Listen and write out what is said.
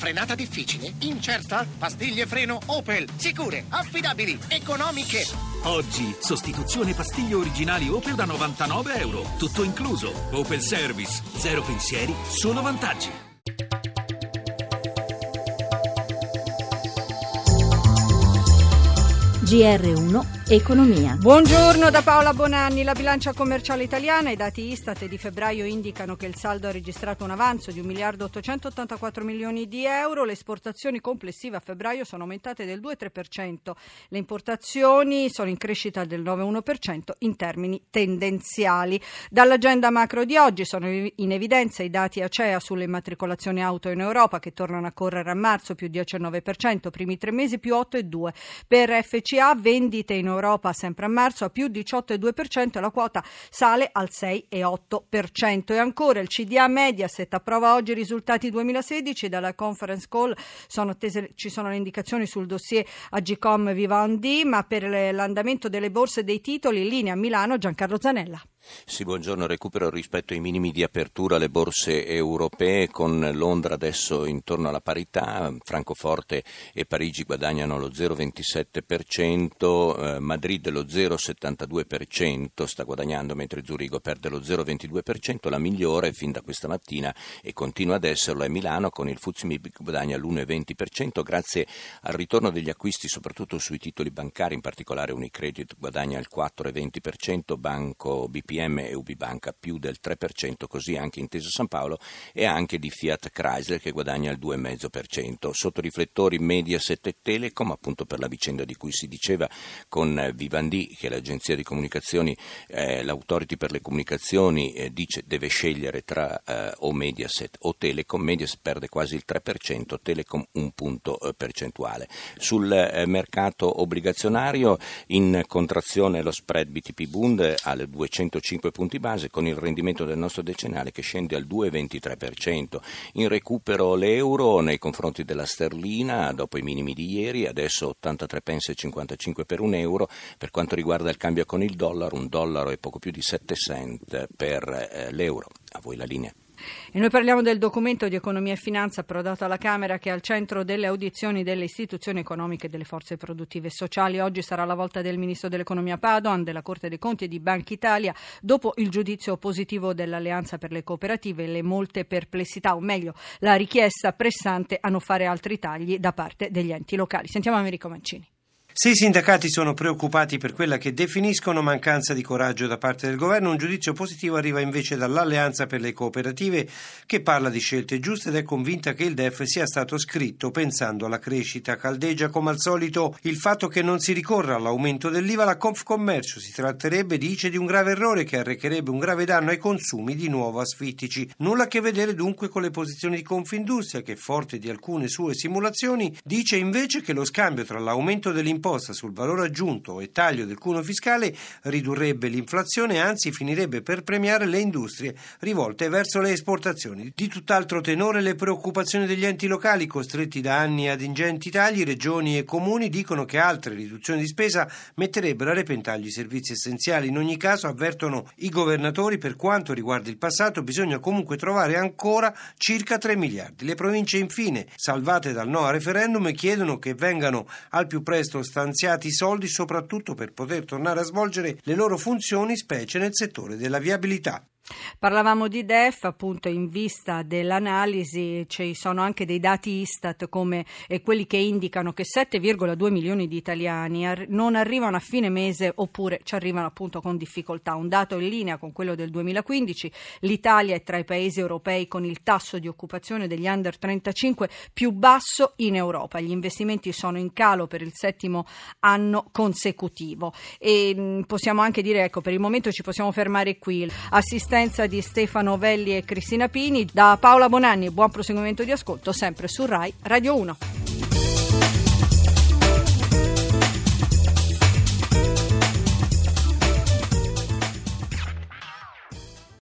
Frenata difficile? Incerta? Pastiglie freno Opel. Sicure, affidabili, economiche. Oggi, sostituzione pastiglie originali Opel da €99. Tutto incluso. Opel Service. Zero pensieri, solo vantaggi. GR1 Economia. Buongiorno da Paola Bonanni. La bilancia commerciale italiana, i dati Istat di febbraio indicano che il saldo ha registrato un avanzo di 1.884 milioni di euro. Le esportazioni complessive a febbraio sono aumentate del 2,3%. Le importazioni sono in crescita del 9,1% in termini tendenziali. Dall'agenda macro di oggi sono in evidenza i dati ACEA sulle immatricolazioni auto in Europa, che tornano a correre a marzo più 19%, primi 3 mesi più 8,2%. Per FCA vendite in Europa sempre a marzo a più 18,2% e la quota sale al 6,8%. E ancora il CDA Mediaset approva oggi i risultati 2016. Dalla conference call ci sono le indicazioni sul dossier Agcom Vivendi, ma per l'andamento delle borse dei titoli in linea a Milano Giancarlo Zanella. Sì, buongiorno. Recupero rispetto ai minimi di apertura le borse europee, con Londra adesso intorno alla parità, Francoforte e Parigi guadagnano lo 0,27%, Madrid lo 0,72% sta guadagnando, mentre Zurigo perde lo 0,22%, la migliore fin da questa mattina e continua ad esserlo è Milano, con il FTSE MIB che guadagna l'1,20% grazie al ritorno degli acquisti soprattutto sui titoli bancari, in particolare Unicredit guadagna il 4,20%, Banco BPM e UBI Banca più del 3%, così anche Intesa Sanpaolo e anche di Fiat Chrysler che guadagna il 2,5%. Sotto riflettori Mediaset e Telecom, appunto per la vicenda di cui si diceva con Vivendi, che l'agenzia di comunicazioni, l'autority per le comunicazioni dice deve scegliere tra o Mediaset o Telecom. Mediaset perde quasi il 3%, Telecom un punto percentuale. Sul mercato obbligazionario in contrazione lo spread BTP Bund alle 205 punti base, con il rendimento del nostro decennale che scende al 2,23%. In recupero l'euro nei confronti della sterlina dopo i minimi di ieri, adesso 83 pence e 55 per un euro. Per quanto riguarda il cambio con il dollaro, un dollaro e poco più di 7 cent per l'euro. A voi la linea. E noi parliamo del documento di economia e finanza approdato alla Camera, che è al centro delle audizioni delle istituzioni economiche e delle forze produttive e sociali. Oggi sarà la volta del ministro dell'economia Padoan, della Corte dei Conti e di Banca Italia, dopo il giudizio positivo dell'Alleanza per le Cooperative e le molte perplessità, o meglio la richiesta pressante a non fare altri tagli da parte degli enti locali. Sentiamo Americo Mancini. Se i sindacati sono preoccupati per quella che definiscono mancanza di coraggio da parte del governo, un giudizio positivo arriva invece dall'Alleanza per le Cooperative, che parla di scelte giuste ed è convinta che il DEF sia stato scritto pensando alla crescita. Caldeggia come al solito il fatto che non si ricorra all'aumento dell'IVA. La Confcommercio si tratterebbe, dice, di un grave errore che arrecherebbe un grave danno ai consumi di nuovo asfittici. Nulla a che vedere dunque con le posizioni di Confindustria, che, forte di alcune sue simulazioni, dice invece che lo scambio tra l'aumento dell'imposta sul valore aggiunto e taglio del cuneo fiscale ridurrebbe l'inflazione e anzi finirebbe per premiare le industrie rivolte verso le esportazioni. Di tutt'altro tenore le preoccupazioni degli enti locali, costretti da anni ad ingenti tagli. Regioni e comuni dicono che altre riduzioni di spesa metterebbero a repentaglio i servizi essenziali. In ogni caso, avvertono i governatori, per quanto riguarda il passato bisogna comunque trovare ancora circa 3 miliardi. Le province infine, salvate dal no al referendum, chiedono che vengano al più presto stanziati soldi soprattutto per poter tornare a svolgere le loro funzioni, specie nel settore della viabilità. Parlavamo di DEF, appunto, in vista dell'analisi ci sono anche dei dati Istat come quelli che indicano che 7,2 milioni di italiani non arrivano a fine mese oppure ci arrivano appunto con difficoltà. Un dato in linea con quello del 2015. L'Italia è tra i paesi europei con il tasso di occupazione degli under 35 più basso in Europa. Gli investimenti sono in calo per il 7° anno consecutivo e possiamo anche dire, ecco, per il momento ci possiamo fermare qui. Di Stefano Velli e Cristina Pini. Da Paola Bonanni, buon proseguimento di ascolto sempre su Rai Radio 1.